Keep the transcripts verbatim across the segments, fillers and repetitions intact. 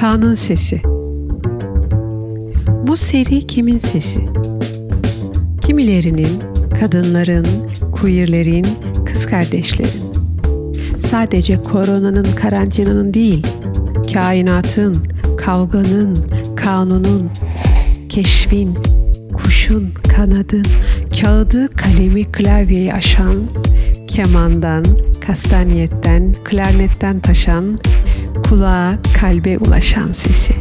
Kaan'ın sesi. Bu seri kimin sesi? Kimilerinin, kadınların, queerlerin, kız kardeşlerin. Sadece koronanın, karantinanın değil, kainatın, kavganın, kanunun, keşfin, kuşun, kanadın, kağıdı, kalemi, klavyeyi aşan, kemandan, kastanyetten, klarnetten taşan, kulağa, kalbe ulaşan sesi.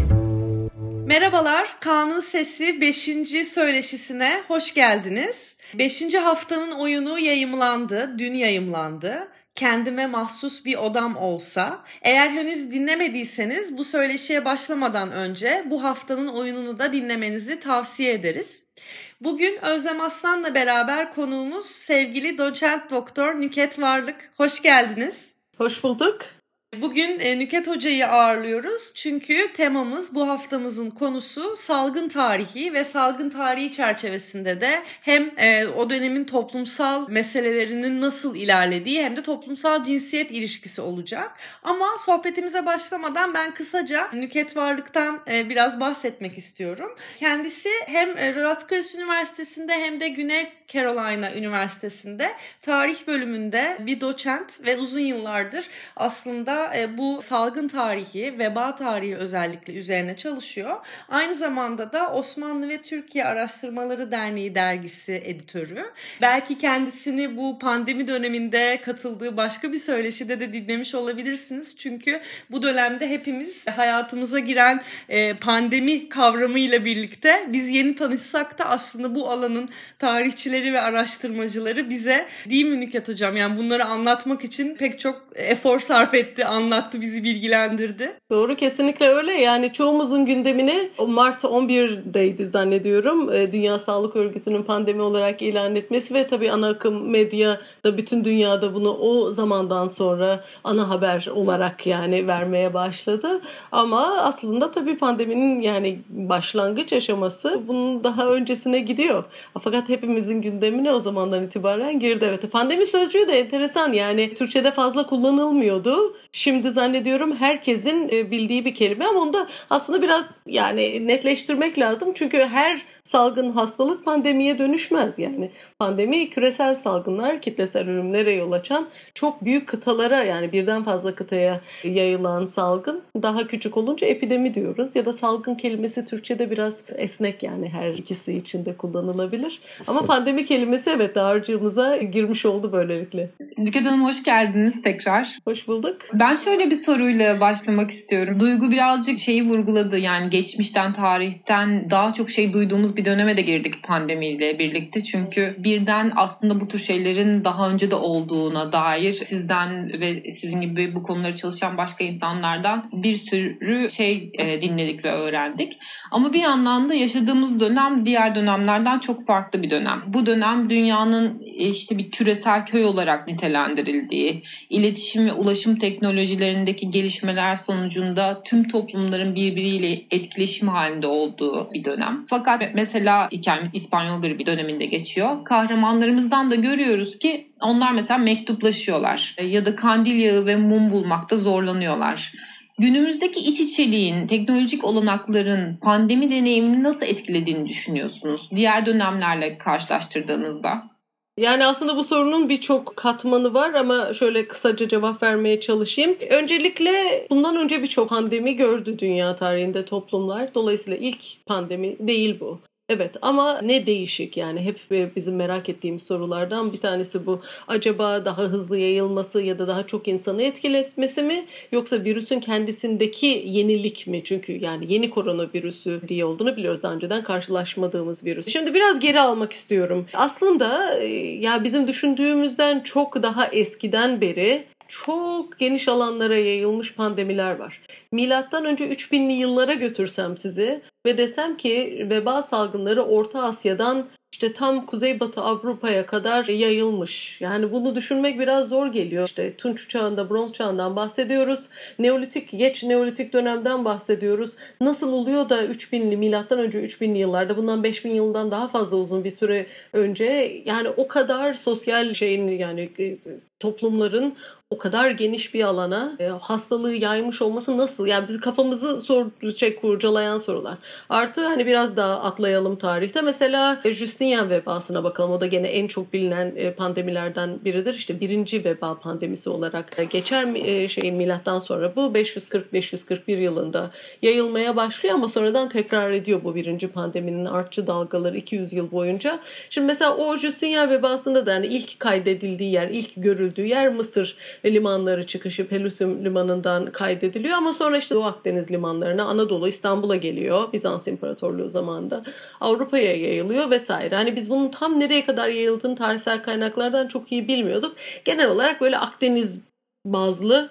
Merhabalar, Kaan'ın Sesi beşinci söyleşisine hoş geldiniz. beşinci haftanın oyunu yayımlandı, dün yayımlandı. Kendime mahsus bir odam olsa. Eğer henüz dinlemediyseniz bu söyleşiye başlamadan önce bu haftanın oyununu da dinlemenizi tavsiye ederiz. Bugün Özlem Aslan'la beraber konuğumuz sevgili doçent doktor Nüket Varlık. Hoş geldiniz. Hoş bulduk. Bugün e, Nüket Hoca'yı ağırlıyoruz çünkü temamız, bu haftamızın konusu salgın tarihi ve salgın tarihi çerçevesinde de hem e, o dönemin toplumsal meselelerinin nasıl ilerlediği hem de toplumsal cinsiyet ilişkisi olacak. Ama sohbetimize başlamadan ben kısaca Nüket Varlık'tan e, biraz bahsetmek istiyorum. Kendisi hem Rutgers Üniversitesi'nde hem de Güney Carolina Üniversitesi'nde tarih bölümünde bir doçent ve uzun yıllardır aslında bu salgın tarihi, veba tarihi özellikle üzerine çalışıyor. Aynı zamanda da Osmanlı ve Türkiye Araştırmaları Derneği dergisi editörü. Belki kendisini bu pandemi döneminde katıldığı başka bir söyleşide de dinlemiş olabilirsiniz. Çünkü bu dönemde hepimiz hayatımıza giren pandemi kavramıyla birlikte biz yeni tanışsak da aslında bu alanın tarihçileri ve araştırmacıları bize, değil mi Nüket Hocam? Yani bunları anlatmak için pek çok efor sarf etti, anlattı, bizi bilgilendirdi. Doğru, kesinlikle öyle. Yani çoğumuzun gündemini Mart on birdeydi zannediyorum. Dünya Sağlık Örgütü'nün pandemi olarak ilan etmesi ve tabii ana akım medya da bütün dünyada bunu o zamandan sonra ana haber olarak yani vermeye başladı. Ama aslında tabii pandeminin yani başlangıç aşaması bunun daha öncesine gidiyor. Fakat hepimizin gündemine o zamandan itibaren girdi. Evet, pandemi sözcüğü de enteresan, yani Türkçe'de fazla kullanılmıyordu. Şimdi zannediyorum herkesin bildiği bir kelime ama onu da aslında biraz yani netleştirmek lazım. Çünkü her salgın hastalık pandemiye dönüşmez yani. Pandemi küresel salgınlar, kitlesel ölümlere yol açan çok büyük kıtalara, yani birden fazla kıtaya yayılan salgın. Daha küçük olunca epidemi diyoruz ya da salgın kelimesi Türkçe'de biraz esnek, yani her ikisi için de kullanılabilir. Ama pandemi kelimesi evet dağarcığımıza girmiş oldu böylelikle. Nüket Hanım hoş geldiniz tekrar. Hoş bulduk. Ben şöyle bir soruyla başlamak istiyorum. Duygu birazcık şeyi vurguladı, yani geçmişten, tarihten daha çok şey duyduğumuz bir döneme de girdik pandemiyle birlikte. Çünkü birden aslında bu tür şeylerin daha önce de olduğuna dair sizden ve sizin gibi bu konuları çalışan başka insanlardan bir sürü şey e, dinledik ve öğrendik. Ama bir yandan da yaşadığımız dönem diğer dönemlerden çok farklı bir dönem. Bu dönem dünyanın e, işte bir küresel köy olarak nitelendirildiği, iletişim ve ulaşım teknolojilerindeki gelişmeler sonucunda tüm toplumların birbiriyle etkileşim halinde olduğu bir dönem. Fakat mesela hikayemiz İspanyol Gribi döneminde geçiyor. Kahramanlarımızdan da görüyoruz ki onlar mesela mektuplaşıyorlar ya da kandil yağı ve mum bulmakta zorlanıyorlar. Günümüzdeki iç içeliğin, teknolojik olanakların pandemi deneyimini nasıl etkilediğini düşünüyorsunuz diğer dönemlerle karşılaştırdığınızda? Yani aslında bu sorunun birçok katmanı var ama şöyle kısaca cevap vermeye çalışayım. Öncelikle bundan önce birçok pandemi gördü dünya tarihinde toplumlar. Dolayısıyla ilk pandemi değil bu. Evet, ama ne değişik, yani hep bizim merak ettiğimiz sorulardan bir tanesi bu. Acaba daha hızlı yayılması ya da daha çok insanı etkilemesi mi, yoksa virüsün kendisindeki yenilik mi? Çünkü yani yeni koronavirüsü diye olduğunu biliyoruz, daha önceden karşılaşmadığımız virüs. Şimdi biraz geri almak istiyorum. Aslında ya bizim düşündüğümüzden çok daha eskiden beri çok geniş alanlara yayılmış pandemiler var. Milattan önce üç binli yıllara götürsem sizi ve desem ki veba salgınları Orta Asya'dan işte tam Kuzeybatı Avrupa'ya kadar yayılmış. Yani bunu düşünmek biraz zor geliyor. İşte Tunç çağında, Bronz çağından bahsediyoruz. Neolitik, geç Neolitik dönemden bahsediyoruz. Nasıl oluyor da üç binli, milattan önce üç binli yıllarda, bundan beş bin yıldan daha fazla uzun bir süre önce, yani o kadar sosyal şeyin, yani toplumların o kadar geniş bir alana e, hastalığı yaymış olması nasıl? Yani biz kafamızı sor, şey, kurcalayan sorular. Artı hani biraz daha atlayalım tarihte. Mesela e, Justinian vebasına bakalım. O da gene en çok bilinen e, pandemilerden biridir. İşte birinci veba pandemisi olarak e, geçer e, şey milattan sonra. Bu beş yüz kırk beş yüz kırk bir yılında yayılmaya başlıyor ama sonradan tekrar ediyor bu birinci pandeminin artçı dalgaları iki yüz yıl boyunca. Şimdi mesela o Justinian vebasında da yani ilk kaydedildiği yer, ilk görüldüğü yer Mısır limanları çıkışı Pelusium limanından kaydediliyor ama sonra işte Doğu Akdeniz limanlarına, Anadolu, İstanbul'a geliyor. Bizans İmparatorluğu zamanında Avrupa'ya yayılıyor vesaire. Hani biz bunun tam nereye kadar yayıldığını tarihsel kaynaklardan çok iyi bilmiyorduk. Genel olarak böyle Akdeniz bazlı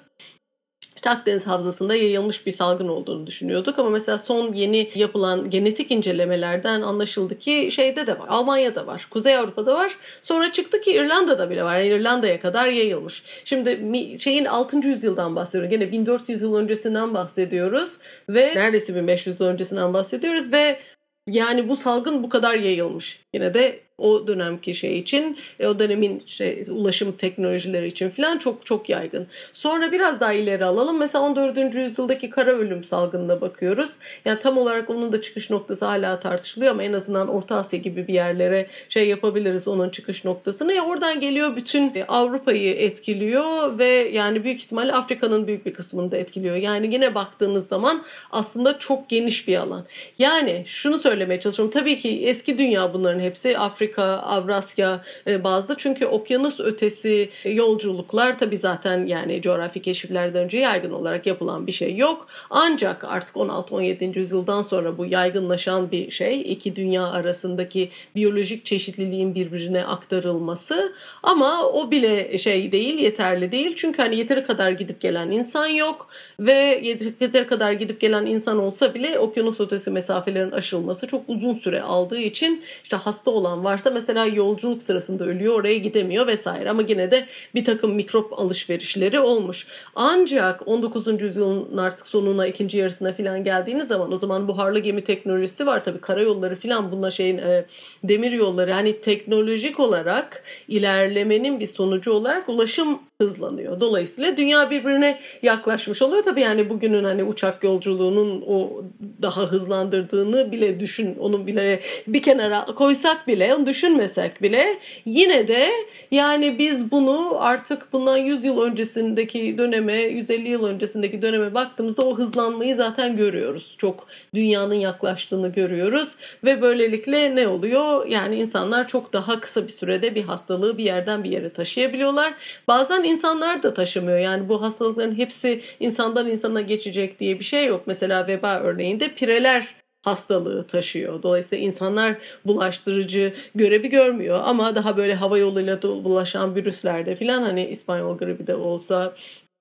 Akdeniz havzasında yayılmış bir salgın olduğunu düşünüyorduk ama mesela son yeni yapılan genetik incelemelerden anlaşıldı ki şeyde de var. Almanya'da var, Kuzey Avrupa'da var. Sonra çıktı ki İrlanda'da bile var. Yani İrlanda'ya kadar yayılmış. Şimdi şeyin altıncı yüzyıldan bahsediyoruz. Gene bin dört yüz yıl öncesinden bahsediyoruz ve neredeyse bin beş yüz yıl öncesinden bahsediyoruz ve yani bu salgın bu kadar yayılmış. Yine de o dönemki şey için, o dönemin şey, ulaşım teknolojileri için falan çok çok yaygın. Sonra biraz daha ileri alalım. Mesela on dördüncü yüzyıldaki kara ölüm salgınına bakıyoruz. Yani tam olarak onun da çıkış noktası hala tartışılıyor ama en azından Orta Asya gibi bir yerlere şey yapabiliriz onun çıkış noktasını. Ya oradan geliyor, bütün Avrupa'yı etkiliyor ve yani büyük ihtimalle Afrika'nın büyük bir kısmını da etkiliyor. Yani yine baktığınız zaman aslında çok geniş bir alan. Yani şunu söylemeye çalışıyorum. Tabii ki eski dünya bunların hepsi Afrika, Avrasya bazlı. Çünkü okyanus ötesi yolculuklar tabii zaten yani coğrafi keşiflerden önce yaygın olarak yapılan bir şey yok. Ancak artık on altı on yedinci yüzyıldan sonra bu yaygınlaşan bir şey. İki dünya arasındaki biyolojik çeşitliliğin birbirine aktarılması. Ama o bile şey değil, yeterli değil. Çünkü hani yeteri kadar gidip gelen insan yok ve yeteri kadar gidip gelen insan olsa bile okyanus ötesi mesafelerin aşılması çok uzun süre aldığı için işte hasta olan varsa mesela yolculuk sırasında ölüyor, oraya gidemiyor vesaire. Ama yine de bir takım mikrop alışverişleri olmuş. Ancak on dokuzuncu yüzyılın artık sonuna, ikinci yarısına falan geldiğiniz zaman o zaman buharlı gemi teknolojisi var. Tabii karayolları falan bununla şeyin e, demir yolları, yani teknolojik olarak ilerlemenin bir sonucu olarak ulaşım hızlanıyor. Dolayısıyla dünya birbirine yaklaşmış oluyor. Tabii yani bugünün hani uçak yolculuğunun o daha hızlandırdığını bile düşün, onu bile bir kenara koysak bile, onu düşünmesek bile yine de yani biz bunu artık bundan yüz yıl öncesindeki döneme, yüz elli yıl öncesindeki döneme baktığımızda o hızlanmayı zaten görüyoruz. Çok dünyanın yaklaştığını görüyoruz ve böylelikle ne oluyor? Yani insanlar çok daha kısa bir sürede bir hastalığı bir yerden bir yere taşıyabiliyorlar. Bazen insanlar da taşımıyor. Yani bu hastalıkların hepsi insandan insana geçecek diye bir şey yok. Mesela veba örneğinde pireler hastalığı taşıyor. Dolayısıyla insanlar bulaştırıcı görevi görmüyor ama daha böyle hava yoluyla bulaşan virüslerde filan, hani İspanyol gribi de olsa,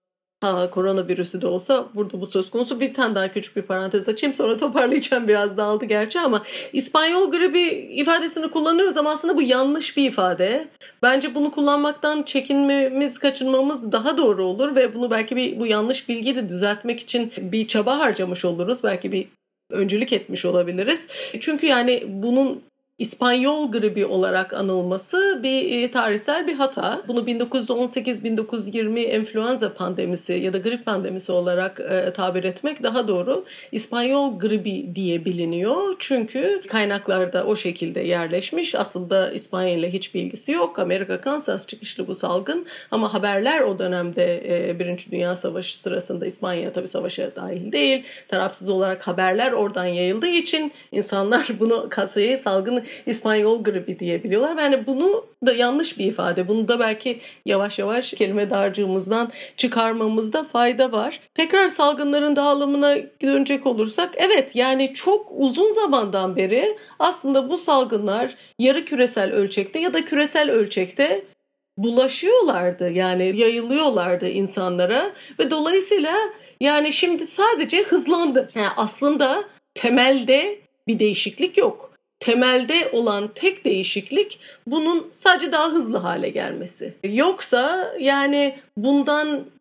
ha, koronavirüsü de olsa burada bu söz konusu. Bir tane daha küçük bir parantez açayım, sonra toparlayacağım, biraz dağıldı gerçi ama İspanyol gribi ifadesini kullanıyoruz ama aslında bu yanlış bir ifade. Bence bunu kullanmaktan çekinmemiz, kaçınmamız daha doğru olur ve bunu belki bir bu yanlış bilgiyi de düzeltmek için bir çaba harcamış oluruz. Belki bir öncülük etmiş olabiliriz. Çünkü yani bunun İspanyol gribi olarak anılması bir e, tarihsel bir hata. Bunu bin dokuz yüz on sekiz bin dokuz yüz yirmi enfluenza pandemisi ya da grip pandemisi olarak e, tabir etmek daha doğru. İspanyol gribi diye biliniyor. Çünkü kaynaklarda o şekilde yerleşmiş. Aslında İspanya ile hiçbir ilgisi yok. Amerika, Kansas çıkışlı bu salgın. Ama haberler o dönemde e, Birinci Dünya Savaşı sırasında, İspanya tabii savaşa dahil değil, tarafsız olarak haberler oradan yayıldığı için insanlar bunu kasayı salgını İspanyol gribi diyebiliyorlar. Yani bunu da yanlış bir ifade. Bunu da belki yavaş yavaş kelime dağarcığımızdan çıkarmamızda fayda var. Tekrar salgınların dağılımına dönecek olursak, evet yani çok uzun zamandan beri aslında bu salgınlar yarı küresel ölçekte ya da küresel ölçekte bulaşıyorlardı. Yani yayılıyorlardı insanlara ve dolayısıyla yani şimdi sadece hızlandı. Yani aslında temelde bir değişiklik yok. Temelde olan tek değişiklik bunun sadece daha hızlı hale gelmesi. Yoksa yani bundan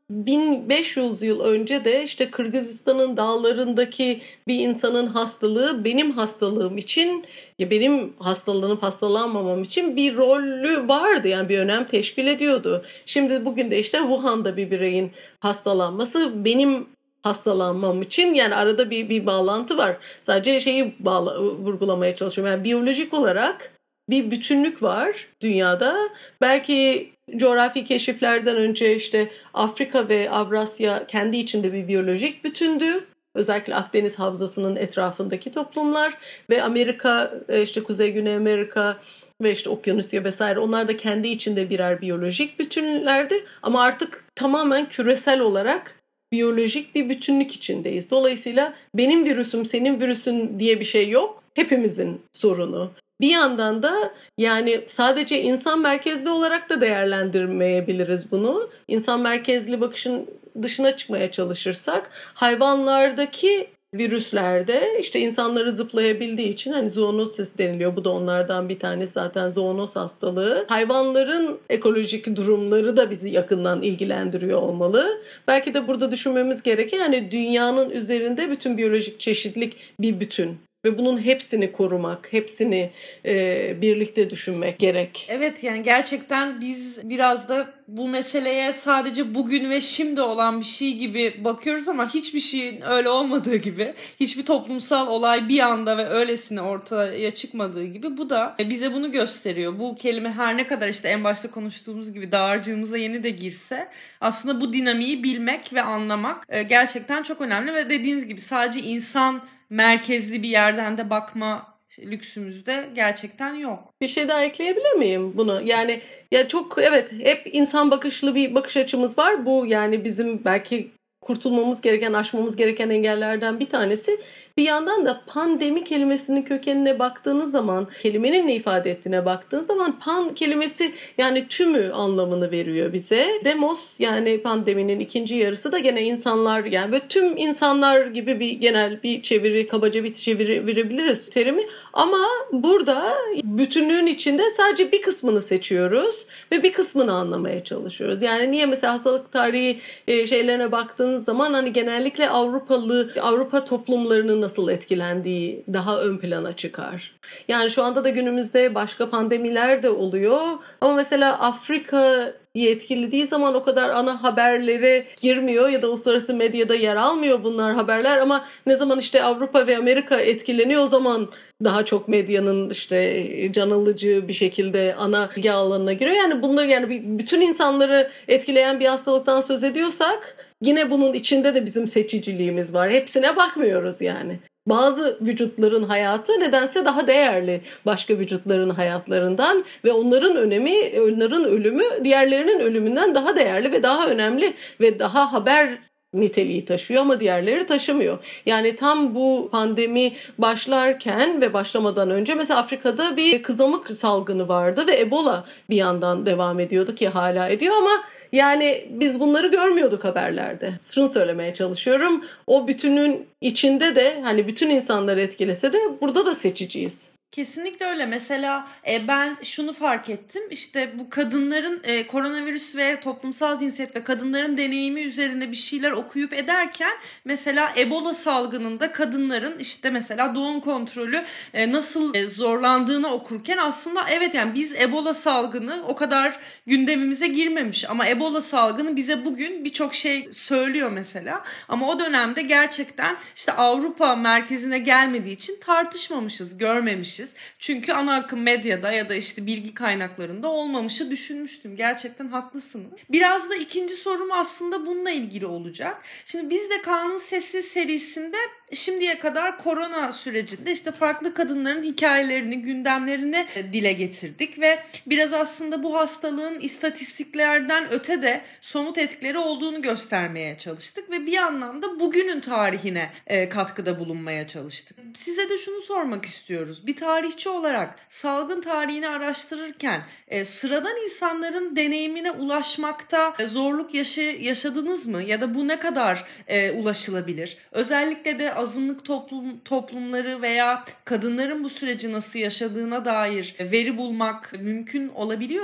bin beş yüz yıl önce de işte Kırgızistan'ın dağlarındaki bir insanın hastalığı benim hastalığım için, ya benim hastalanıp hastalanmamam için bir rolü vardı, yani bir önem teşkil ediyordu. Şimdi bugün de işte Wuhan'da bir bireyin hastalanması benim hastalanmam için, yani arada bir bir bağlantı var. Sadece şeyi bağla, vurgulamaya çalışıyorum. Yani biyolojik olarak bir bütünlük var dünyada. Belki coğrafi keşiflerden önce işte Afrika ve Avrasya kendi içinde bir biyolojik bütündü. Özellikle Akdeniz Havzası'nın etrafındaki toplumlar ve Amerika, işte Kuzey Güney Amerika ve işte Okyanusya vesaire, onlar da kendi içinde birer biyolojik bütünlerdi. Ama artık tamamen küresel olarak biyolojik bir bütünlük içindeyiz. Dolayısıyla benim virüsüm, senin virüsün diye bir şey yok. Hepimizin sorunu. Bir yandan da yani sadece insan merkezli olarak da değerlendirmeyebiliriz bunu. İnsan merkezli bakışın dışına çıkmaya çalışırsak, hayvanlardaki virüslerde işte insanları zıplayabildiği için hani zoonosis deniliyor. Bu da onlardan bir tanesi zaten, zoonoz hastalığı. Hayvanların ekolojik durumları da bizi yakından ilgilendiriyor olmalı. Belki de burada düşünmemiz gereken, yani dünyanın üzerinde bütün biyolojik çeşitlilik bir bütün. Ve bunun hepsini korumak, hepsini e, birlikte düşünmek gerek. Evet, yani gerçekten biz biraz da bu meseleye sadece bugün ve şimdi olan bir şey gibi bakıyoruz ama hiçbir şeyin öyle olmadığı gibi, hiçbir toplumsal olay bir anda ve öylesine ortaya çıkmadığı gibi bu da bize bunu gösteriyor. Bu kelime her ne kadar işte en başta konuştuğumuz gibi dağarcığımıza yeni de girse, aslında bu dinamiği bilmek ve anlamak gerçekten çok önemli ve dediğiniz gibi sadece insan merkezli bir yerden de bakma lüksümüz de gerçekten yok. Bir şey daha ekleyebilir miyim buna? Yani ya çok evet, hep insan bakışlı bir bakış açımız var. Bu yani bizim belki kurtulmamız gereken, aşmamız gereken engellerden bir tanesi. Bir yandan da pandemi kelimesinin kökenine baktığınız zaman, kelimenin ne ifade ettiğine baktığınız zaman, pan kelimesi yani tümü anlamını veriyor bize. Demos, yani pandeminin ikinci yarısı da gene insanlar, yani ve tüm insanlar gibi bir genel bir çeviri, kabaca bir çeviri verebiliriz terimi. Ama burada bütünlüğün içinde sadece bir kısmını seçiyoruz ve bir kısmını anlamaya çalışıyoruz. Yani niye mesela hastalık tarihi şeylerine baktığınız zaman hani genellikle Avrupalı, Avrupa toplumlarının nasıl etkilendiği daha ön plana çıkar. Yani şu anda da günümüzde başka pandemiler de oluyor ama mesela Afrika etkilediği zaman o kadar ana haberlere girmiyor ya da uluslararası medyada yer almıyor bunlar haberler, ama ne zaman işte Avrupa ve Amerika etkileniyor o zaman daha çok medyanın işte can alıcı bir şekilde ana ilgi alanına giriyor. Yani bunlar, yani bütün insanları etkileyen bir hastalıktan söz ediyorsak yine bunun içinde de bizim seçiciliğimiz var. Hepsine bakmıyoruz yani. Bazı vücutların hayatı nedense daha değerli başka vücutların hayatlarından ve onların önemi, onların ölümü diğerlerinin ölümünden daha değerli ve daha önemli ve daha haber niteliği taşıyor ama diğerleri taşımıyor. Yani tam bu pandemi başlarken ve başlamadan önce mesela Afrika'da bir kızamık salgını vardı ve Ebola bir yandan devam ediyordu ki hala ediyor ama yani biz bunları görmüyorduk haberlerde. Şunu söylemeye çalışıyorum. O bütünün içinde de hani bütün insanları etkilese de burada da seçiciyiz. Kesinlikle öyle. Mesela e, ben şunu fark ettim. İşte bu kadınların e, koronavirüs ve toplumsal cinsiyet ve kadınların deneyimi üzerine bir şeyler okuyup ederken mesela Ebola salgınında kadınların işte mesela doğum kontrolü e, nasıl e, zorlandığını okurken aslında evet, yani biz Ebola salgını o kadar gündemimize girmemiş ama Ebola salgını bize bugün birçok şey söylüyor mesela. Ama o dönemde gerçekten işte Avrupa merkezine gelmediği için tartışmamışız, görmemişiz. Çünkü ana akım medyada ya da işte bilgi kaynaklarında olmamışı düşünmüştüm. Gerçekten haklısınız. Biraz da ikinci sorum aslında bununla ilgili olacak. Şimdi biz de Kaan'ın Sesi serisinde şimdiye kadar korona sürecinde işte farklı kadınların hikayelerini, gündemlerini dile getirdik ve biraz aslında bu hastalığın istatistiklerden öte de somut etkileri olduğunu göstermeye çalıştık ve bir anlamda bugünün tarihine katkıda bulunmaya çalıştık. Size de şunu sormak istiyoruz. Bir tarihçi olarak salgın tarihini araştırırken e, sıradan insanların deneyimine ulaşmakta e, zorluk yaşa- yaşadınız mı? Ya da bu ne kadar e, ulaşılabilir? Özellikle de azınlık toplum toplumları veya kadınların bu süreci nasıl yaşadığına dair veri bulmak mümkün olabiliyor mu?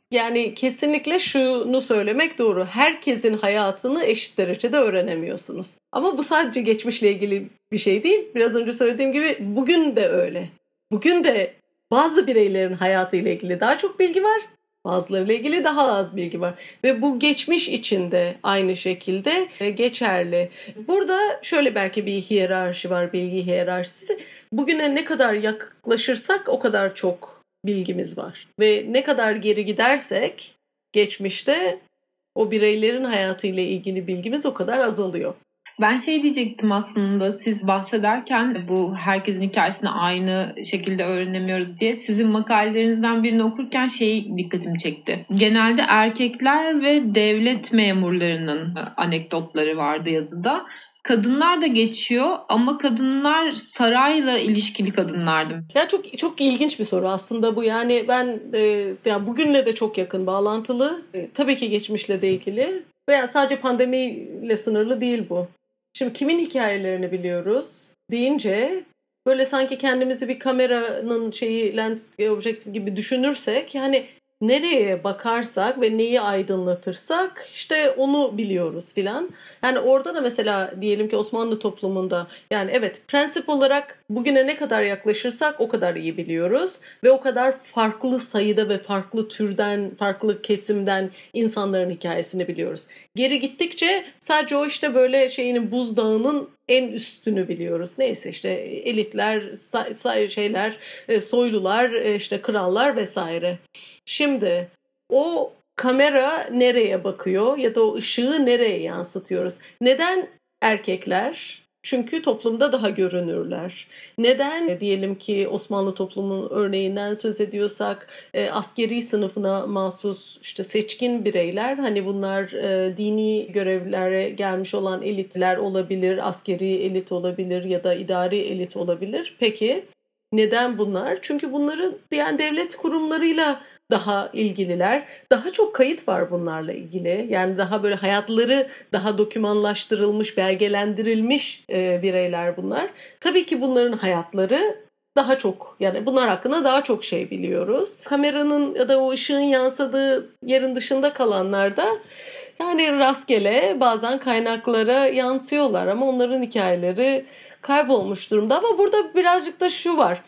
Yani kesinlikle şunu söylemek doğru. Herkesin hayatını eşit derecede öğrenemiyorsunuz. Ama bu sadece geçmişle ilgili bir şey değil. Biraz önce söylediğim gibi bugün de öyle. Bugün de bazı bireylerin hayatıyla ilgili daha çok bilgi var. Bazılarıyla ilgili daha az bilgi var. Ve bu geçmiş için de aynı şekilde geçerli. Burada şöyle belki bir hiyerarşi var, bilgi hiyerarşisi. Bugüne ne kadar yaklaşırsak o kadar çok bilgimiz var. Ve ne kadar geri gidersek geçmişte o bireylerin hayatıyla ilgili bilgimiz o kadar azalıyor. Ben şey diyecektim aslında, siz bahsederken bu herkesin hikayesini aynı şekilde öğrenemiyoruz diye, sizin makalelerinizden birini okurken şey dikkatimi çekti. Genelde erkekler ve devlet memurlarının anekdotları vardı yazıda. Kadınlar da geçiyor ama kadınlar sarayla ilişkili kadınlardı. Ya çok çok ilginç bir soru aslında bu. Yani ben e, yani bugünle de çok yakın bağlantılı. E, tabii ki geçmişle de ilgili. Veya sadece pandemiyle sınırlı değil bu. Şimdi kimin hikayelerini biliyoruz deyince böyle sanki kendimizi bir kameranın şeyi lens objektif gibi düşünürsek, yani nereye bakarsak ve neyi aydınlatırsak işte onu biliyoruz filan. Yani orada da mesela diyelim ki Osmanlı toplumunda, yani evet, prensip olarak bugüne ne kadar yaklaşırsak o kadar iyi biliyoruz ve o kadar farklı sayıda ve farklı türden, farklı kesimden insanların hikayesini biliyoruz. Geri gittikçe sadece o işte böyle şeyinin, buzdağının en üstünü biliyoruz. Neyse işte elitler, say- şeyler, soylular, işte krallar vesaire. Şimdi o kamera nereye bakıyor ya da o ışığı nereye yansıtıyoruz? Neden erkekler? Çünkü toplumda daha görünürler. Neden? Diyelim ki Osmanlı toplumunun örneğinden söz ediyorsak, e, askeri sınıfına mahsus işte seçkin bireyler, hani bunlar e, dini görevlere gelmiş olan elitler olabilir, askeri elit olabilir ya da idari elit olabilir. Peki neden bunlar? Çünkü bunların yani devlet kurumlarıyla daha ilgililer. Daha çok kayıt var bunlarla ilgili. Yani daha böyle hayatları daha dokümanlaştırılmış, belgelendirilmiş e, bireyler bunlar. Tabii ki bunların hayatları daha çok, yani bunlar hakkında daha çok şey biliyoruz. Kameranın ya da o ışığın yansıdığı yerin dışında kalanlar da yani rastgele bazen kaynaklara yansıyorlar ama onların hikayeleri kaybolmuş durumda. Ama burada birazcık da şu var.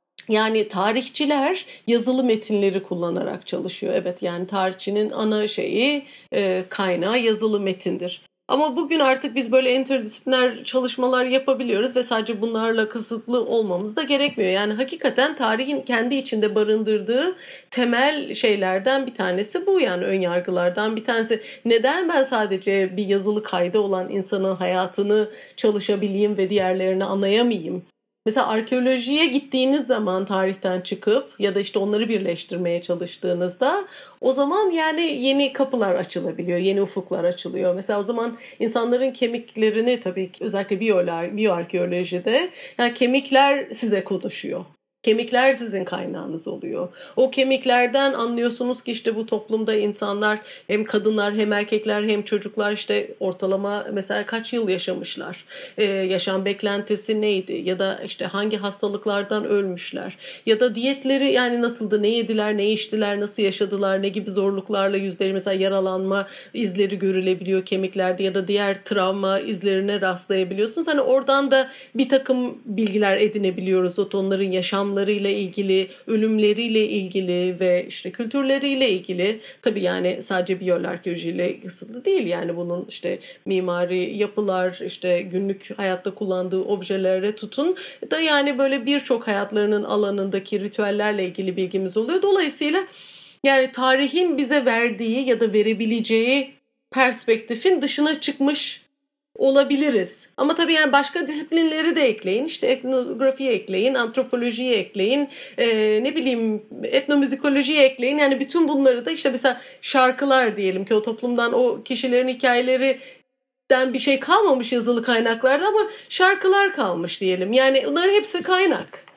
Yani tarihçiler yazılı metinleri kullanarak çalışıyor. Evet, yani tarihçinin ana şeyi, e, kaynağı yazılı metindir. Ama bugün artık biz böyle interdisipliner çalışmalar yapabiliyoruz ve sadece bunlarla kısıtlı olmamız da gerekmiyor. Yani hakikaten tarihin kendi içinde barındırdığı temel şeylerden bir tanesi bu, yani önyargılardan bir tanesi. Neden ben sadece bir yazılı kaydı olan insanın hayatını çalışabileyim ve diğerlerini anlayamayayım? Mesela arkeolojiye gittiğiniz zaman tarihten çıkıp ya da işte onları birleştirmeye çalıştığınızda o zaman yani yeni kapılar açılabiliyor, yeni ufuklar açılıyor. Mesela o zaman insanların kemiklerini, tabii ki özellikle biyoarkeolojide, yani kemikler size konuşuyor. Kemikler sizin kaynağınız oluyor. O kemiklerden anlıyorsunuz ki işte bu toplumda insanlar, hem kadınlar hem erkekler hem çocuklar işte ortalama mesela kaç yıl yaşamışlar. Ee, yaşam beklentisi neydi? Ya da işte hangi hastalıklardan ölmüşler? Ya da diyetleri yani nasıldı? Ne yediler, ne içtiler, nasıl yaşadılar, ne gibi zorluklarla yüzleri, mesela yaralanma izleri görülebiliyor kemiklerde ya da diğer travma izlerine rastlayabiliyorsunuz. Hani oradan da bir takım bilgiler edinebiliyoruz. O onların yaşam ile ilgili, ölümleriyle ilgili ve işte kültürleriyle ilgili. Tabii yani sadece biyoarkeolojiyle kısıtlı değil, yani bunun işte mimari yapılar, işte günlük hayatta kullandığı objelere tutun da yani böyle birçok hayatlarının alanındaki ritüellerle ilgili bilgimiz oluyor. Dolayısıyla yani tarihin bize verdiği ya da verebileceği perspektifin dışına çıkmış olabiliriz. Ama tabii yani başka disiplinleri de ekleyin. İşte etnografiye ekleyin, antropolojiye ekleyin, e, ne bileyim etnomüzikolojiye ekleyin. Yani bütün bunları da işte mesela şarkılar diyelim ki o toplumdan, o kişilerin hikayelerinden bir şey kalmamış yazılı kaynaklarda ama şarkılar kalmış diyelim. Yani bunların hepsi kaynak.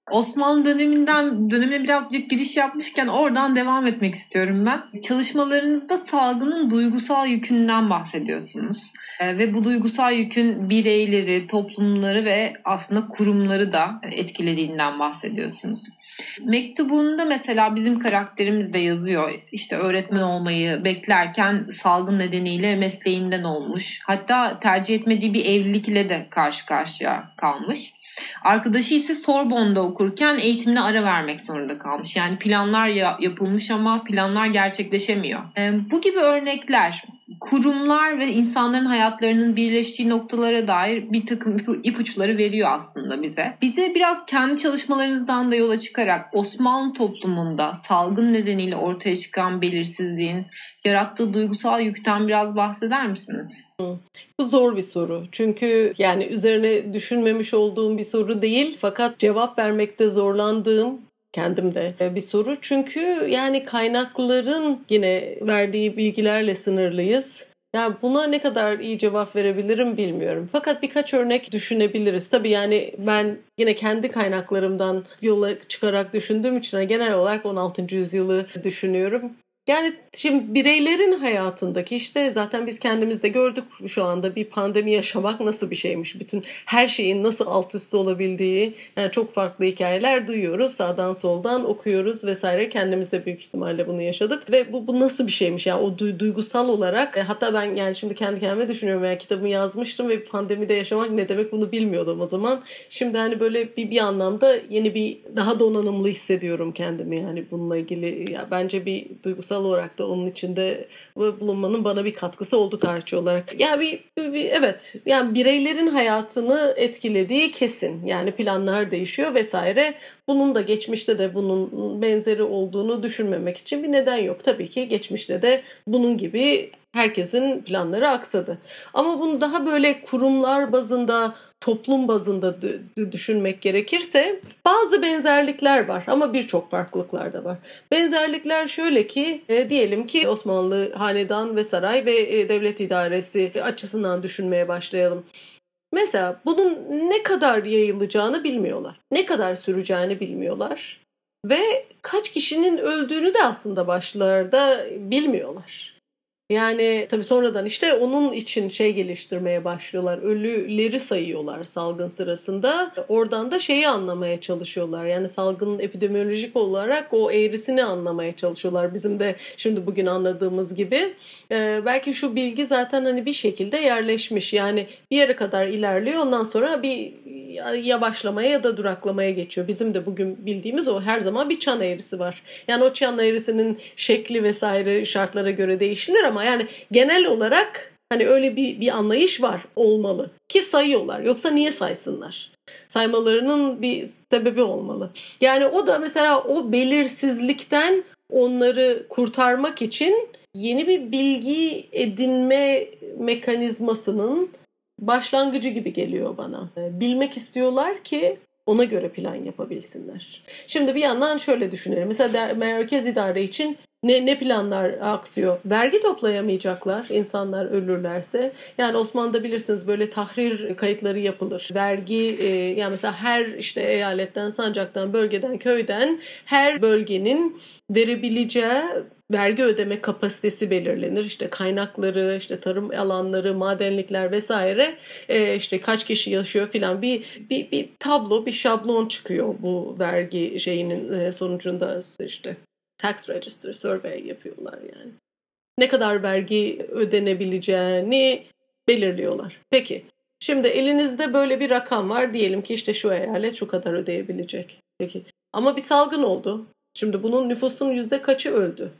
Osmanlı döneminden dönemine birazcık giriş yapmışken oradan devam etmek istiyorum ben. Çalışmalarınızda salgının duygusal yükünden bahsediyorsunuz. Ee, ve bu duygusal yükün bireyleri, toplumları ve aslında kurumları da etkilediğinden bahsediyorsunuz. Mektubunda mesela bizim karakterimiz de yazıyor. İşte öğretmen olmayı beklerken salgın nedeniyle mesleğinden olmuş. Hatta tercih etmediği bir evlilikle de karşı karşıya kalmış. Arkadaşı ise Sorbonne'da okurken eğitimine ara vermek zorunda kalmış. Yani planlar ya- yapılmış ama planlar gerçekleşemiyor. Ee, bu gibi örnekler kurumlar ve insanların hayatlarının birleştiği noktalara dair bir takım ipuçları veriyor aslında bize. Bize biraz kendi çalışmalarınızdan da yola çıkarak Osmanlı toplumunda salgın nedeniyle ortaya çıkan belirsizliğin yarattığı duygusal yükten biraz bahseder misiniz? Bu zor bir soru. Çünkü yani üzerine düşünmemiş olduğum bir soru değil. Fakat cevap vermekte zorlandığım kendimde bir soru. Çünkü yani kaynakların yine verdiği bilgilerle sınırlıyız. Yani buna ne kadar iyi cevap verebilirim bilmiyorum. Fakat birkaç örnek düşünebiliriz. Tabii yani ben yine kendi kaynaklarımdan yola çıkarak düşündüğüm için genel olarak on altıncı yüzyılı düşünüyorum. Yani şimdi bireylerin hayatındaki işte zaten biz kendimiz de gördük şu anda bir pandemi yaşamak nasıl bir şeymiş. Bütün her şeyin nasıl alt üst olabildiği, yani çok farklı hikayeler duyuyoruz. Sağdan soldan okuyoruz vesaire. Kendimiz de büyük ihtimalle bunu yaşadık. Ve bu, bu nasıl bir şeymiş yani o du- duygusal olarak. E, hatta ben yani şimdi kendi kendime düşünüyorum. Yani kitabımı yazmıştım ve pandemide yaşamak ne demek bunu bilmiyordum o zaman. Şimdi hani böyle bir, bir anlamda yeni bir daha donanımlı hissediyorum kendimi yani bununla ilgili. Ya bence bir duygusal olarak da onun içinde bulunmanın bana bir katkısı oldu tarihçi olarak. Yani bir, bir evet yani bireylerin hayatını etkilediği kesin. Yani planlar değişiyor vesaire. Bunun da geçmişte de bunun benzeri olduğunu düşünmemek için bir neden yok. Tabii ki geçmişte de bunun gibi herkesin planları aksadı. Ama bunu daha böyle kurumlar bazında, toplum bazında d- d- düşünmek gerekirse bazı benzerlikler var ama birçok farklılıklar da var. Benzerlikler şöyle ki e, diyelim ki Osmanlı hanedan ve saray ve e, devlet idaresi açısından düşünmeye başlayalım. Mesela bunun ne kadar yayılacağını bilmiyorlar. Ne kadar süreceğini bilmiyorlar. Ve kaç kişinin öldüğünü de aslında başlarda bilmiyorlar. Yani tabii sonradan işte onun için şey geliştirmeye başlıyorlar. Ölüleri sayıyorlar salgın sırasında. Oradan da şeyi anlamaya çalışıyorlar. Yani salgının epidemiolojik olarak o eğrisini anlamaya çalışıyorlar. Bizim de şimdi bugün anladığımız gibi. Ee, belki şu bilgi zaten hani bir şekilde yerleşmiş. Yani bir yere kadar ilerliyor. Ondan sonra bir yavaşlamaya ya da duraklamaya geçiyor. Bizim de bugün bildiğimiz o her zaman bir çan eğrisi var. Yani o çan eğrisinin şekli vesaire şartlara göre değişir ama yani genel olarak hani öyle bir, bir anlayış var olmalı ki sayıyorlar. Yoksa niye saysınlar? Saymalarının bir sebebi olmalı. Yani o da mesela o belirsizlikten onları kurtarmak için yeni bir bilgi edinme mekanizmasının başlangıcı gibi geliyor bana. Bilmek istiyorlar ki ona göre plan yapabilsinler. Şimdi bir yandan şöyle düşünelim. Mesela merkez idare için ne, ne planlar aksıyor? Vergi toplayamayacaklar insanlar ölürlerse. Yani Osmanlı'da bilirsiniz böyle tahrir kayıtları yapılır. Vergi e, yani mesela her işte eyaletten, sancaktan, bölgeden, köyden her bölgenin verebileceği vergi ödeme kapasitesi belirlenir. İşte kaynakları, işte tarım alanları, madenlikler vesaire, e, işte kaç kişi yaşıyor filan bir, bir bir tablo, bir şablon çıkıyor bu vergi şeyinin e, sonucunda işte tax register survey yapıyorlar yani. Ne kadar vergi ödenebileceğini belirliyorlar. Peki. Şimdi elinizde böyle bir rakam var. Diyelim ki işte şu eyalet şu kadar ödeyebilecek. Peki. Ama bir salgın oldu. Şimdi bunun nüfusun yüzde kaçı öldü?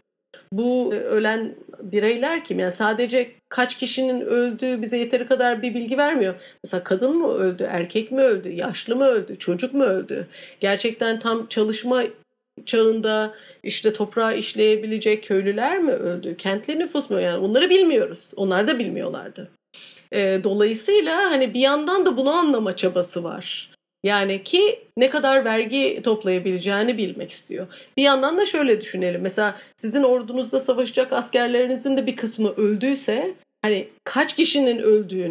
Bu ölen bireyler kim? Yani sadece kaç kişinin öldüğü bize yeteri kadar bir bilgi vermiyor. Mesela kadın mı öldü, erkek mi öldü, yaşlı mı öldü, çocuk mu öldü? Gerçekten tam çalışma çağında işte toprağı işleyebilecek köylüler mi öldü? Kentli nüfus mu? Yani onları bilmiyoruz. Onlar da bilmiyorlardı. E, dolayısıyla hani bir yandan da bunu anlama çabası var. Yani ki ne kadar vergi toplayabileceğini bilmek istiyor. Bir yandan da şöyle düşünelim. Mesela sizin ordunuzda savaşacak askerlerinizin de bir kısmı öldüyse hani kaç kişinin öldüğünü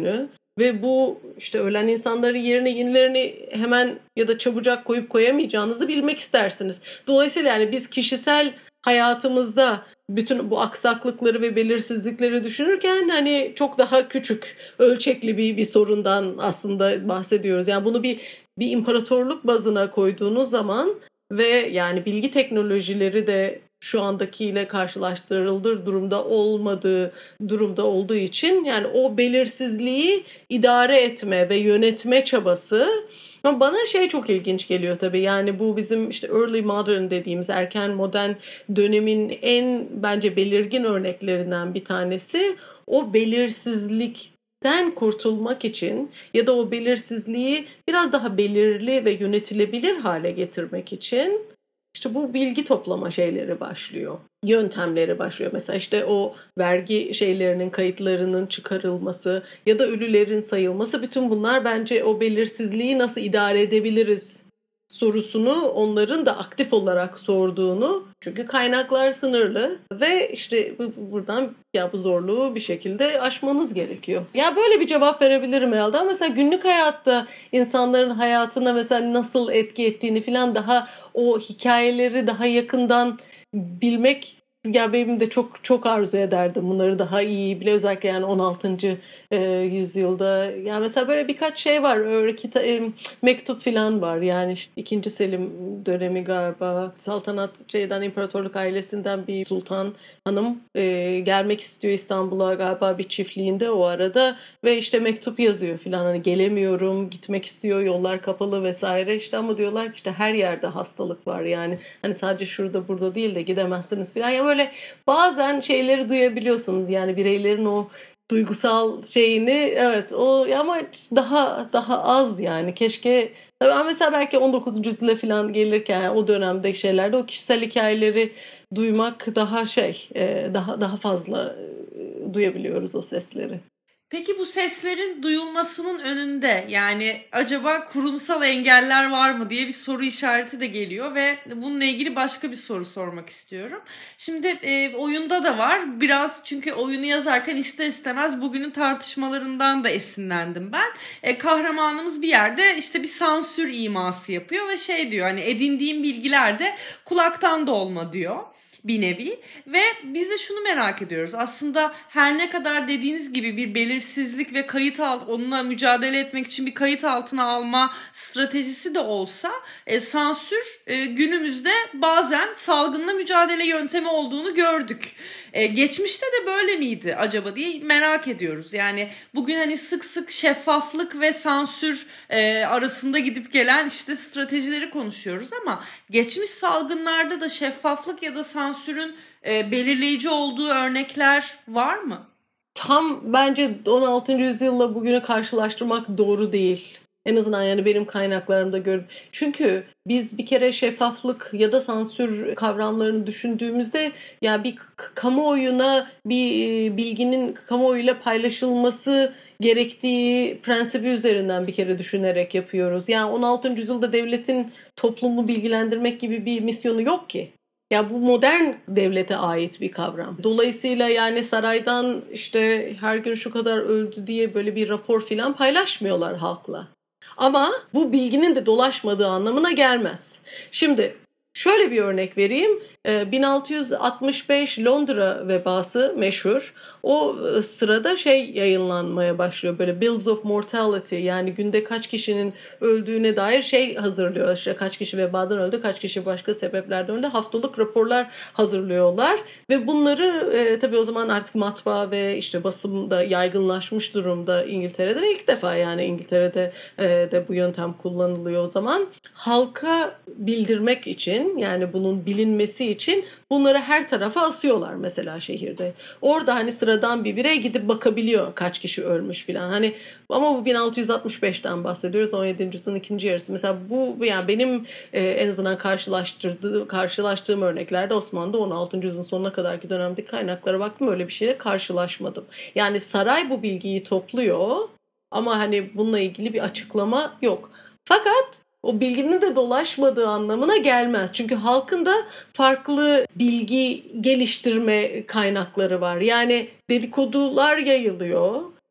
Ve bu işte ölen insanların yerine yenilerini hemen ya da çabucak koyup koyamayacağınızı bilmek istersiniz. Dolayısıyla yani biz kişisel hayatımızda bütün bu aksaklıkları ve belirsizlikleri düşünürken hani çok daha küçük ölçekli bir bir sorundan aslında bahsediyoruz. Yani bunu bir bir imparatorluk bazına koyduğunuz zaman ve yani bilgi teknolojileri de şu andakiyle karşılaştırılır durumda olmadığı durumda olduğu için yani o belirsizliği idare etme ve yönetme çabası. Ama bana şey çok ilginç geliyor tabii, yani bu bizim işte early modern dediğimiz erken modern dönemin en bence belirgin örneklerinden bir tanesi. O belirsizlikten kurtulmak için ya da o belirsizliği biraz daha belirli ve yönetilebilir hale getirmek için İşte bu bilgi toplama şeyleri başlıyor. Yöntemleri başlıyor. Mesela işte o vergi şeylerinin, kayıtlarının çıkarılması ya da ölülerin sayılması, bütün bunlar bence o belirsizliği nasıl idare edebiliriz sorusunu onların da aktif olarak sorduğunu, çünkü kaynaklar sınırlı ve işte buradan ya bu zorluğu bir şekilde aşmanız gerekiyor. Ya böyle bir cevap verebilirim herhalde ama mesela günlük hayatta insanların hayatına mesela nasıl etki ettiğini falan daha o hikayeleri daha yakından bilmek, ya benim de çok çok arzu ederdim bunları daha iyi bile, özellikle yani on altıncı yüzyılda. Yani mesela böyle birkaç şey var. Öyle kita- e, mektup falan var. Yani işte ikinci Selim dönemi galiba. Saltanat şeyden, imparatorluk ailesinden bir sultan hanım e, gelmek istiyor İstanbul'a galiba bir çiftliğinde o arada ve işte mektup yazıyor falan. Hani gelemiyorum, gitmek istiyor, yollar kapalı vesaire. İşte ama diyorlar ki işte her yerde hastalık var yani. Hani sadece şurada burada değil de gidemezsiniz falan. Ya böyle bazen şeyleri duyabiliyorsunuz yani bireylerin o duygusal şeyini, evet o, ama daha daha az yani. Keşke ben mesela belki on dokuzuncu yüzyıla falan gelirken yani o dönemdeki şeylerde o kişisel hikayeleri duymak daha şey daha daha fazla duyabiliyoruz o sesleri. Peki bu seslerin duyulmasının önünde yani acaba kurumsal engeller var mı diye bir soru işareti de geliyor ve bununla ilgili başka bir soru sormak istiyorum. Şimdi e, oyunda da var biraz, çünkü oyunu yazarken ister istemez bugünün tartışmalarından da esinlendim ben. E, kahramanımız bir yerde işte bir sansür iması yapıyor ve şey diyor, hani edindiğim bilgiler de kulaktan dolma diyor bir nevi. Ve biz de şunu merak ediyoruz. Aslında her ne kadar dediğiniz gibi bir belirsizlik ve kayıt alt, onunla mücadele etmek için bir kayıt altına alma stratejisi de olsa e, sansür e, günümüzde bazen salgınla mücadele yöntemi olduğunu gördük. E, geçmişte de böyle miydi acaba diye merak ediyoruz. Yani bugün hani sık sık şeffaflık ve sansür e, arasında gidip gelen işte stratejileri konuşuyoruz ama geçmiş salgınlarda da şeffaflık ya da sansürün e, belirleyici olduğu örnekler var mı? Tam bence on altıncı yüzyılla bugünü karşılaştırmak doğru değil. En azından yani benim kaynaklarımda gördüm. Çünkü biz bir kere şeffaflık ya da sansür kavramlarını düşündüğümüzde ya bir kamuoyuna bir bilginin kamuoyuyla paylaşılması gerektiği prensibi üzerinden bir kere düşünerek yapıyoruz. Yani on altıncı yüzyılda devletin toplumu bilgilendirmek gibi bir misyonu yok ki. Ya bu modern devlete ait bir kavram. Dolayısıyla yani saraydan işte her gün şu kadar öldü diye böyle bir rapor filan paylaşmıyorlar halkla. Ama bu bilginin de dolaşmadığı anlamına gelmez. Şimdi şöyle bir örnek vereyim. bin altı yüz altmış beş Londra vebası meşhur. O sırada şey yayınlanmaya başlıyor, böyle Bills of Mortality, yani günde kaç kişinin öldüğüne dair şey hazırlıyorlar. İşte kaç kişi vebadan öldü, kaç kişi başka sebeplerden öldü, haftalık raporlar hazırlıyorlar. Ve bunları e, tabii o zaman artık matbaa ve işte basımda yaygınlaşmış durumda İngiltere'de ve ilk defa yani İngiltere'de e, de bu yöntem kullanılıyor o zaman. Halka bildirmek için, yani bunun bilinmesi için bunları her tarafa asıyorlar mesela şehirde. Orada hani sıradan bir birey gidip bakabiliyor kaç kişi ölmüş filan. Hani ama bu bin altı yüz altmış beşten bahsediyoruz. on yedinci yüzyılın ikinci yarısı. Mesela bu yani benim e, en azından karşılaştırdığım karşılaştığım örneklerde Osmanlı'da on altıncı yüzyılın sonuna kadarki dönemdeki kaynaklara baktım, öyle bir şeyle karşılaşmadım. Yani saray bu bilgiyi topluyor ama hani bununla ilgili bir açıklama yok. Fakat o bilginin de dolaşmadığı anlamına gelmez. Çünkü halkın da farklı bilgi geliştirme kaynakları var. Yani dedikodular yayılıyor.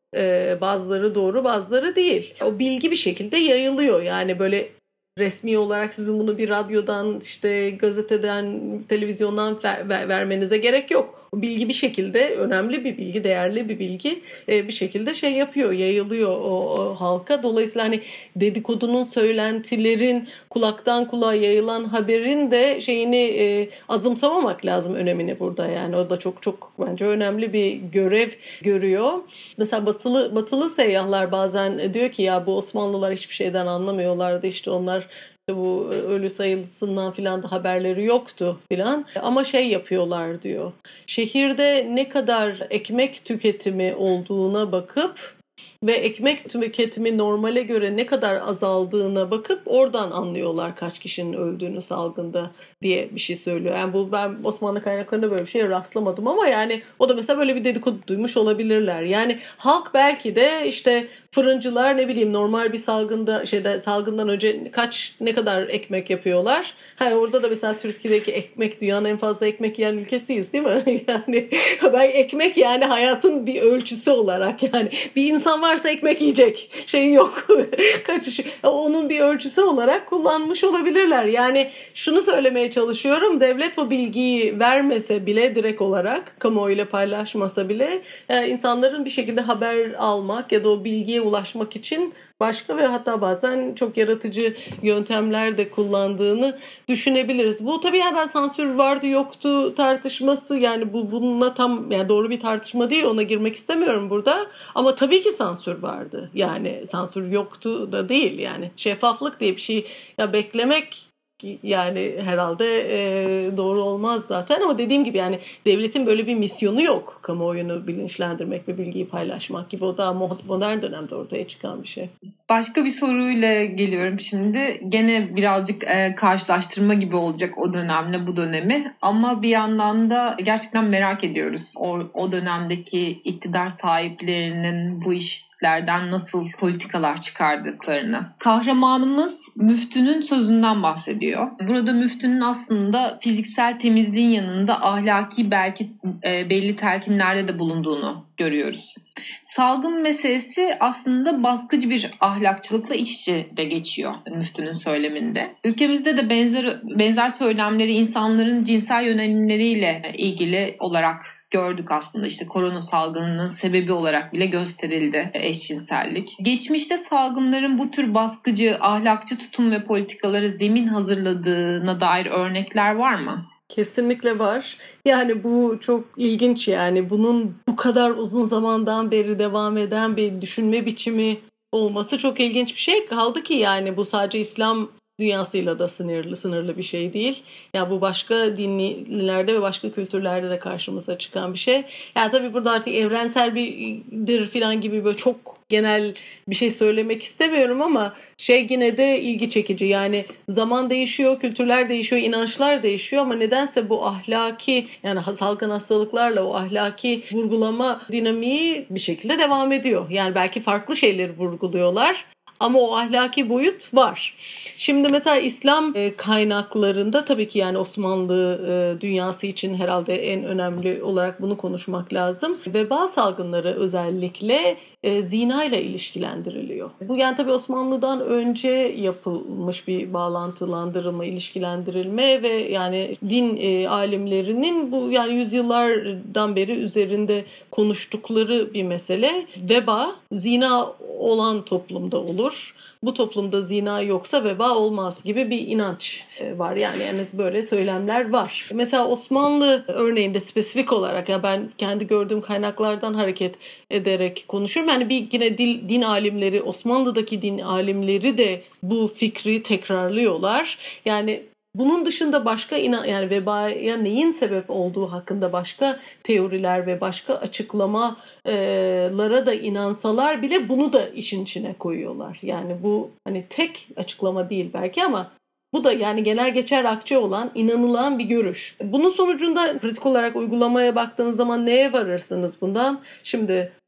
Ee, bazıları doğru, bazıları değil. O bilgi bir şekilde yayılıyor. Yani böyle resmi olarak sizin bunu bir radyodan, işte gazeteden, televizyondan ver, ver, vermenize gerek yok. O bilgi bir şekilde, önemli bir bilgi, değerli bir bilgi e, bir şekilde şey yapıyor, yayılıyor o, o halka. Dolayısıyla hani dedikodunun, söylentilerin, kulaktan kulağa yayılan haberin de şeyini e, azımsamamak lazım, önemini burada. Yani o da çok çok bence önemli bir görev görüyor. Mesela batılı batılı seyyahlar bazen diyor ki ya bu Osmanlılar hiçbir şeyden anlamıyorlardı, işte onlar bu ölü sayısından filan da haberleri yoktu filan, ama şey yapıyorlar diyor. Şehirde ne kadar ekmek tüketimi olduğuna bakıp ve ekmek tüketimi normale göre ne kadar azaldığına bakıp oradan anlıyorlar kaç kişinin öldüğünü salgında diye bir şey söylüyor. Yani bu, ben Osmanlı kaynaklarında böyle bir şeye rastlamadım ama yani o da mesela böyle bir dedikodu duymuş olabilirler. Yani halk belki de işte fırıncılar ne bileyim normal bir salgında şeyde salgından önce kaç ne kadar ekmek yapıyorlar. Ha, orada da mesela Türkiye'deki ekmek, dünyanın en fazla ekmek yiyen ülkesiyiz değil mi? Yani ben ekmek yani hayatın bir ölçüsü olarak, yani bir insan varsa ekmek yiyecek şey yok. Kaçışı. Onun bir ölçüsü olarak kullanmış olabilirler. Yani şunu söylemeye çalışıyorum. Devlet o bilgiyi vermese bile, direkt olarak kamuoyuyla paylaşmasa bile, yani insanların bir şekilde haber almak ya da o bilgiye ulaşmak için başka ve hatta bazen çok yaratıcı yöntemler de kullandığını düşünebiliriz. Bu tabii yani ben sansür vardı yoktu tartışması, yani bu bununla tam yani doğru bir tartışma değil, ona girmek istemiyorum burada. Ama tabii ki sansür vardı. Yani sansür yoktu da değil, yani şeffaflık diye bir şey ya beklemek yani herhalde e, doğru olmaz zaten, ama dediğim gibi yani devletin böyle bir misyonu yok. Kamuoyunu bilinçlendirmek ve bilgiyi paylaşmak gibi, o daha modern dönemde ortaya çıkan bir şey. Başka bir soruyla geliyorum şimdi. Gene birazcık e, karşılaştırma gibi olacak o dönemle bu dönemi. Ama bir yandan da gerçekten merak ediyoruz. O, o dönemdeki iktidar sahiplerinin bu işlerden nasıl politikalar çıkardıklarını. Kahramanımız müftünün sözünden bahsediyor. Burada müftünün aslında fiziksel temizliğin yanında ahlaki belki e, belli telkinlerde de bulunduğunu görüyoruz. Salgın meselesi aslında baskıcı bir ahlakçılıkla iç içe de geçiyor müftünün söyleminde. Ülkemizde de benzer benzer söylemleri insanların cinsel yönelimleriyle ilgili olarak gördük aslında. İşte korona salgınının sebebi olarak bile gösterildi eşcinsellik. Geçmişte salgınların bu tür baskıcı, ahlakçı tutum ve politikalara zemin hazırladığına dair örnekler var mı? Kesinlikle var. Yani bu çok ilginç, yani bunun bu kadar uzun zamandan beri devam eden bir düşünme biçimi olması çok ilginç bir şey. Kaldı ki yani bu sadece İslam dünyasıyla da sınırlı sınırlı bir şey değil. Yani bu başka dinlerde ve başka kültürlerde de karşımıza çıkan bir şey. Yani tabii burada artık evrensel birdir falan gibi böyle çok genel bir şey söylemek istemiyorum ama şey yine de ilgi çekici. Yani zaman değişiyor, kültürler değişiyor, inançlar değişiyor ama nedense bu ahlaki, yani salgın hastalıklarla o ahlaki vurgulama dinamiği bir şekilde devam ediyor. Yani belki farklı şeyleri vurguluyorlar ama o ahlaki boyut var. Şimdi mesela İslam kaynaklarında tabii ki yani Osmanlı dünyası için herhalde en önemli olarak bunu konuşmak lazım. Veba salgınları özellikle zina ile ilişkilendiriliyor. Bu yani tabii Osmanlı'dan önce yapılmış bir bağlantılandırılma, ilişkilendirilme ve yani din alimlerinin bu yani yüzyıllardan beri üzerinde konuştukları bir mesele. Veba zina olan toplumda olur. Bu toplumda zina yoksa veba olmaz gibi bir inanç var. Yani, yani böyle söylemler var. Mesela Osmanlı örneğinde spesifik olarak, yani ben kendi gördüğüm kaynaklardan hareket ederek konuşuyorum. Yani bir yine dil, din alimleri, Osmanlı'daki din alimleri de bu fikri tekrarlıyorlar. Yani bunun dışında başka inan yani vebaya neyin sebep olduğu hakkında başka teoriler ve başka açıklamalara da inansalar bile bunu da işin içine koyuyorlar. Yani bu hani tek açıklama değil belki ama bu da yani genel geçer akçe olan, inanılan bir görüş. Bunun sonucunda pratik olarak uygulamaya baktığınız zaman neye varırsınız bundan? Şimdi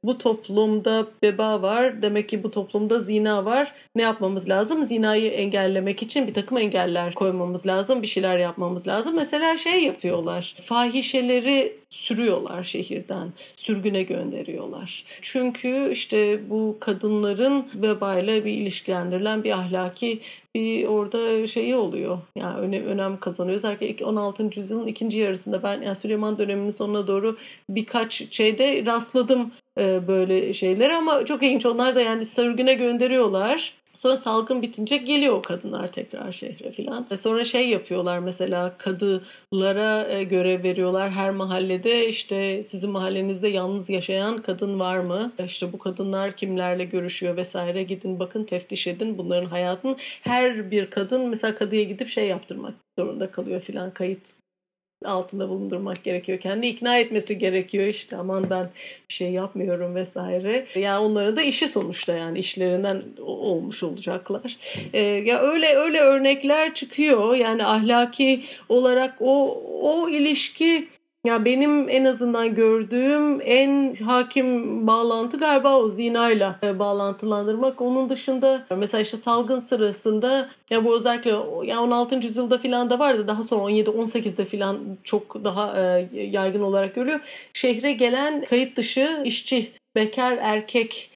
bu toplumda veba var, demek ki bu toplumda zina var. Ne yapmamız lazım? Zinayı engellemek için bir takım engeller koymamız lazım, bir şeyler yapmamız lazım. Mesela şey yapıyorlar, fahişeleri sürüyorlar şehirden, sürgüne gönderiyorlar. Çünkü işte bu kadınların vebayla bir ilişkilendirilen bir ahlaki bir orada şeyi oluyor. Yani önem, önem kazanıyor. Özellikle on altıncı yüzyılın ikinci yarısında ben yani Süleyman döneminin sonuna doğru birkaç şeyde rastladım e, böyle şeyler ama çok ilginç. Onlar da yani sürgüne gönderiyorlar. Sonra salgın bitince geliyor o kadınlar tekrar şehre filan. Sonra şey yapıyorlar mesela kadılara görev veriyorlar. Her mahallede işte sizin mahallenizde yalnız yaşayan kadın var mı? İşte bu kadınlar kimlerle görüşüyor vesaire gidin bakın teftiş edin bunların hayatını. Her bir kadın mesela kadıya gidip şey yaptırmak zorunda kalıyor filan kayıt altında bulundurmak gerekiyor. Kendi ikna etmesi gerekiyor işte aman ben bir şey yapmıyorum vesaire. Yani onların da işi sonuçta yani işlerinden olmuş olacaklar. Ee, ya öyle öyle örnekler çıkıyor. Yani ahlaki olarak o o ilişki ya benim en azından gördüğüm en hakim bağlantı galiba o zinayla bağlantılandırmak. Onun dışında mesela işte salgın sırasında ya bu özellikle ya on altıncı yüzyılda filan da vardı. Daha sonra on yedi on sekizde filan çok daha yaygın olarak görülüyor. Şehre gelen kayıt dışı işçi, bekar erkek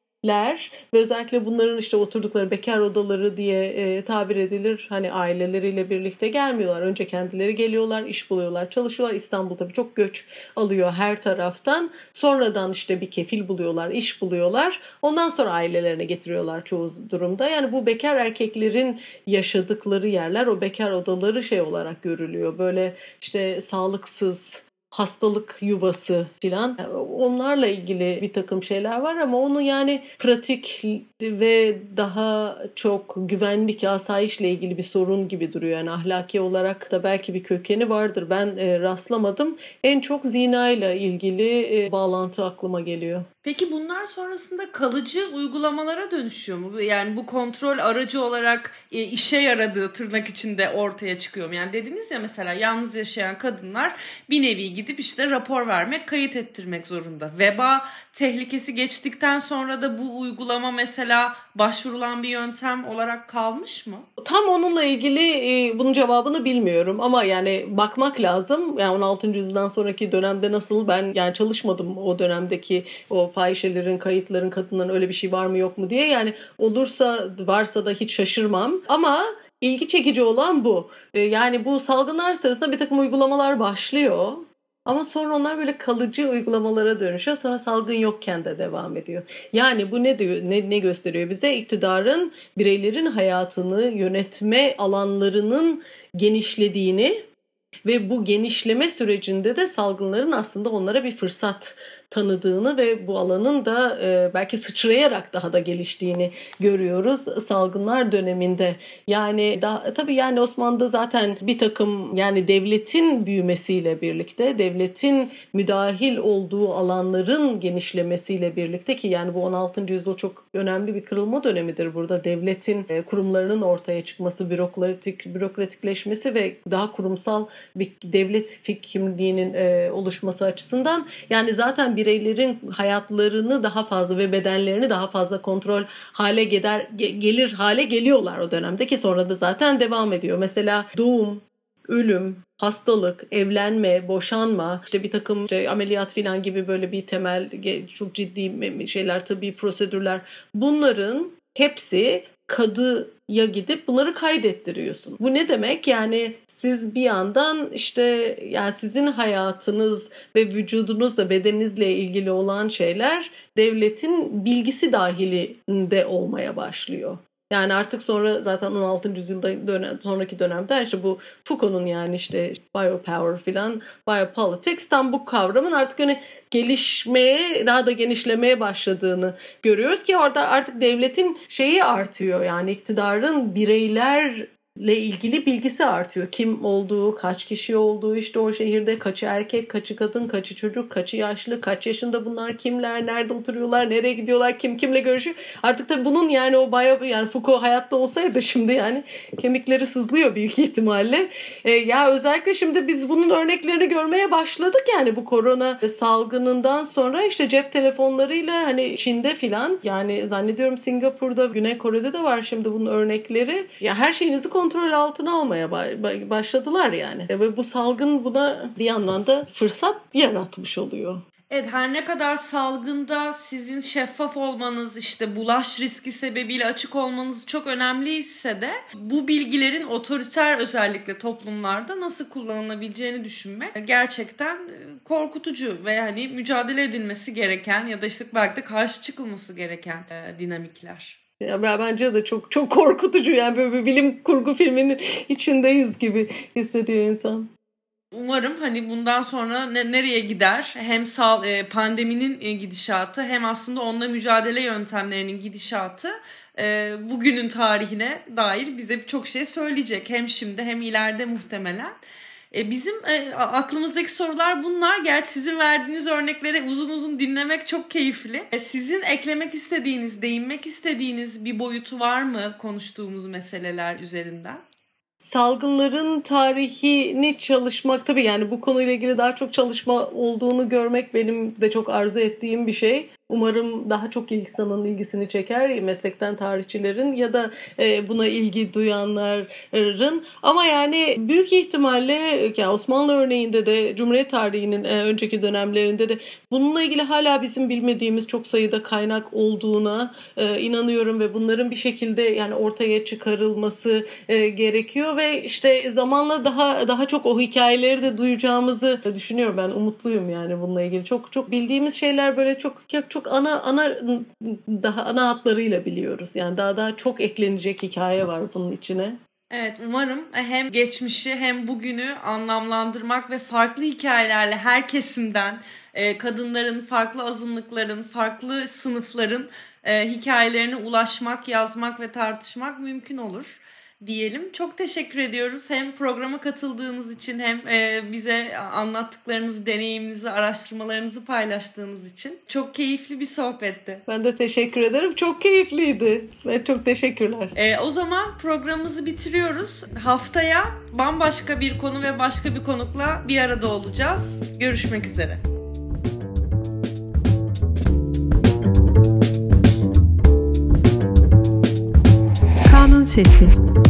ve özellikle bunların işte oturdukları bekar odaları diye e, tabir edilir. Hani aileleriyle birlikte gelmiyorlar. Önce kendileri geliyorlar, iş buluyorlar, çalışıyorlar. İstanbul tabii çok göç alıyor her taraftan. Sonradan işte bir kefil buluyorlar, iş buluyorlar. Ondan sonra ailelerine getiriyorlar çoğu durumda. Yani bu bekar erkeklerin yaşadıkları yerler, o bekar odaları şey olarak görülüyor. Böyle işte sağlıksız, hastalık yuvası filan onlarla ilgili bir takım şeyler var ama onu yani pratik ve daha çok güvenlik, asayişle ilgili bir sorun gibi duruyor. Yani ahlaki olarak da belki bir kökeni vardır. Ben e, rastlamadım. En çok zinayla ilgili e, bağlantı aklıma geliyor. Peki bunlar sonrasında kalıcı uygulamalara dönüşüyor mu? Yani bu kontrol aracı olarak e, işe yaradığı tırnak içinde ortaya çıkıyor mu? Yani dediniz ya mesela yalnız yaşayan kadınlar bir nevi gidip işte rapor vermek, kayıt ettirmek zorunda. Veba tehlikesi geçtikten sonra da bu uygulama mesela başvurulan bir yöntem olarak kalmış mı? Tam onunla ilgili e, bunun cevabını bilmiyorum ama yani bakmak lazım. Yani on altıncı yüzyıldan sonraki dönemde nasıl ben yani çalışmadım o dönemdeki o fahişelerin, kayıtların, kadınların öyle bir şey var mı yok mu diye. Yani olursa varsa da hiç şaşırmam ama ilgi çekici olan bu. E, yani bu salgınlar sırasında bir takım uygulamalar başlıyor. Ama sonra onlar böyle kalıcı uygulamalara dönüşüyor. Sonra salgın yokken de devam ediyor. Yani bu ne diyor, ne, ne gösteriyor bize? İktidarın bireylerin hayatını yönetme alanlarının genişlediğini ve bu genişleme sürecinde de salgınların aslında onlara bir fırsat tanıdığını ve bu alanın da e, belki sıçrayarak daha da geliştiğini görüyoruz salgınlar döneminde. Yani da, tabii yani Osmanlı'da zaten bir takım yani devletin büyümesiyle birlikte, devletin müdahil olduğu alanların genişlemesiyle birlikte ki yani bu on altıncı yüzyıl çok önemli bir kırılma dönemidir burada. Devletin e, kurumlarının ortaya çıkması, bürokratik bürokratikleşmesi ve daha kurumsal bir devlet kimliğinin e, oluşması açısından yani zaten bireylerin hayatlarını daha fazla ve bedenlerini daha fazla kontrol hale gelir, gelir hale geliyorlar o dönemde ki sonra da zaten devam ediyor. Mesela doğum, ölüm, hastalık, evlenme, boşanma, işte bir takım işte ameliyat falan gibi böyle bir temel çok ciddi şeyler, tıbbi prosedürler bunların hepsi kadıya gidip bunları kaydettiriyorsun. Bu ne demek? Yani siz bir yandan işte yani sizin hayatınız ve vücudunuzla bedeninizle ilgili olan şeyler devletin bilgisi dahilinde olmaya başlıyor. Yani artık sonra zaten on altıncı yüzyılda dönem, sonraki dönemde işte bu Foucault'un yani işte biopower filan, biopolitics tam bu kavramın artık hani gelişmeye, daha da genişlemeye başladığını görüyoruz ki orada artık devletin şeyi artıyor yani iktidarın bireyler ile ilgili bilgisi artıyor. Kim olduğu, kaç kişi olduğu, işte o şehirde kaçı erkek, kaçı kadın, kaçı çocuk, kaçı yaşlı, kaç yaşında bunlar, kimler, nerede oturuyorlar, nereye gidiyorlar, kim kimle görüşüyor. Artık tabii bunun yani o bayağı, yani Foucault hayatta olsaydı şimdi yani kemikleri sızlıyor büyük ihtimalle. E, ya özellikle şimdi biz bunun örneklerini görmeye başladık yani bu korona salgınından sonra işte cep telefonlarıyla hani Çin'de filan, yani zannediyorum Singapur'da, Güney Kore'de de var şimdi bunun örnekleri. Ya her şeyinizi kontrol altına almaya başladılar yani. Ve bu salgın buna bir yandan da fırsat yaratmış oluyor. Evet, her ne kadar salgında sizin şeffaf olmanız, işte bulaş riski sebebiyle açık olmanız çok önemliyse de bu bilgilerin otoriter özellikle toplumlarda nasıl kullanılabileceğini düşünmek gerçekten korkutucu ve hani mücadele edilmesi gereken ya da işte belki de karşı çıkılması gereken e, dinamikler. Ya bence de çok çok korkutucu, yani böyle bir bilim kurgu filminin içindeyiz gibi hissediyor insan. Umarım hani bundan sonra ne, nereye gider, hem sağ, e, pandeminin e, gidişatı hem aslında onunla mücadele yöntemlerinin gidişatı e, bugünün tarihine dair bize çok şey söyleyecek. Hem şimdi hem ileride muhtemelen. E, bizim e, aklımızdaki sorular bunlar. Gerçi sizin verdiğiniz örnekleri uzun uzun dinlemek çok keyifli. E, sizin eklemek istediğiniz, değinmek istediğiniz bir boyutu var mı konuştuğumuz meseleler üzerinden? Salgınların tarihini çalışmak, tabii yani bu konuyla ilgili daha çok çalışma olduğunu görmek benim de çok arzu ettiğim bir şey. Umarım daha çok insanın ilgisini çeker, meslekten tarihçilerin ya da buna ilgi duyanların. Ama yani büyük ihtimalle yani Osmanlı örneğinde de Cumhuriyet tarihinin önceki dönemlerinde de bununla ilgili hala bizim bilmediğimiz çok sayıda kaynak olduğuna inanıyorum ve bunların bir şekilde yani ortaya çıkarılması gerekiyor ve işte zamanla daha daha çok o hikayeleri de duyacağımızı düşünüyorum. Ben umutluyum yani bununla ilgili. Çok çok bildiğimiz şeyler böyle çok çok ana ana daha ana hatlarıyla biliyoruz. Yani daha daha çok eklenecek hikaye var bunun içine. Evet, umarım hem geçmişi hem bugünü anlamlandırmak ve farklı hikayelerle her kesimden kadınların, farklı azınlıkların, farklı sınıfların hikayelerine ulaşmak, yazmak ve tartışmak mümkün olur diyelim. Çok teşekkür ediyoruz hem programa katıldığınız için hem bize anlattıklarınızı, deneyiminizi, araştırmalarınızı paylaştığınız için. Çok keyifli bir sohbetti. Ben de teşekkür ederim. Çok keyifliydi. Ve çok teşekkürler. E, o zaman programımızı bitiriyoruz. Haftaya bambaşka bir konu ve başka bir konukla bir arada olacağız. Görüşmek üzere. Kanun Sesi.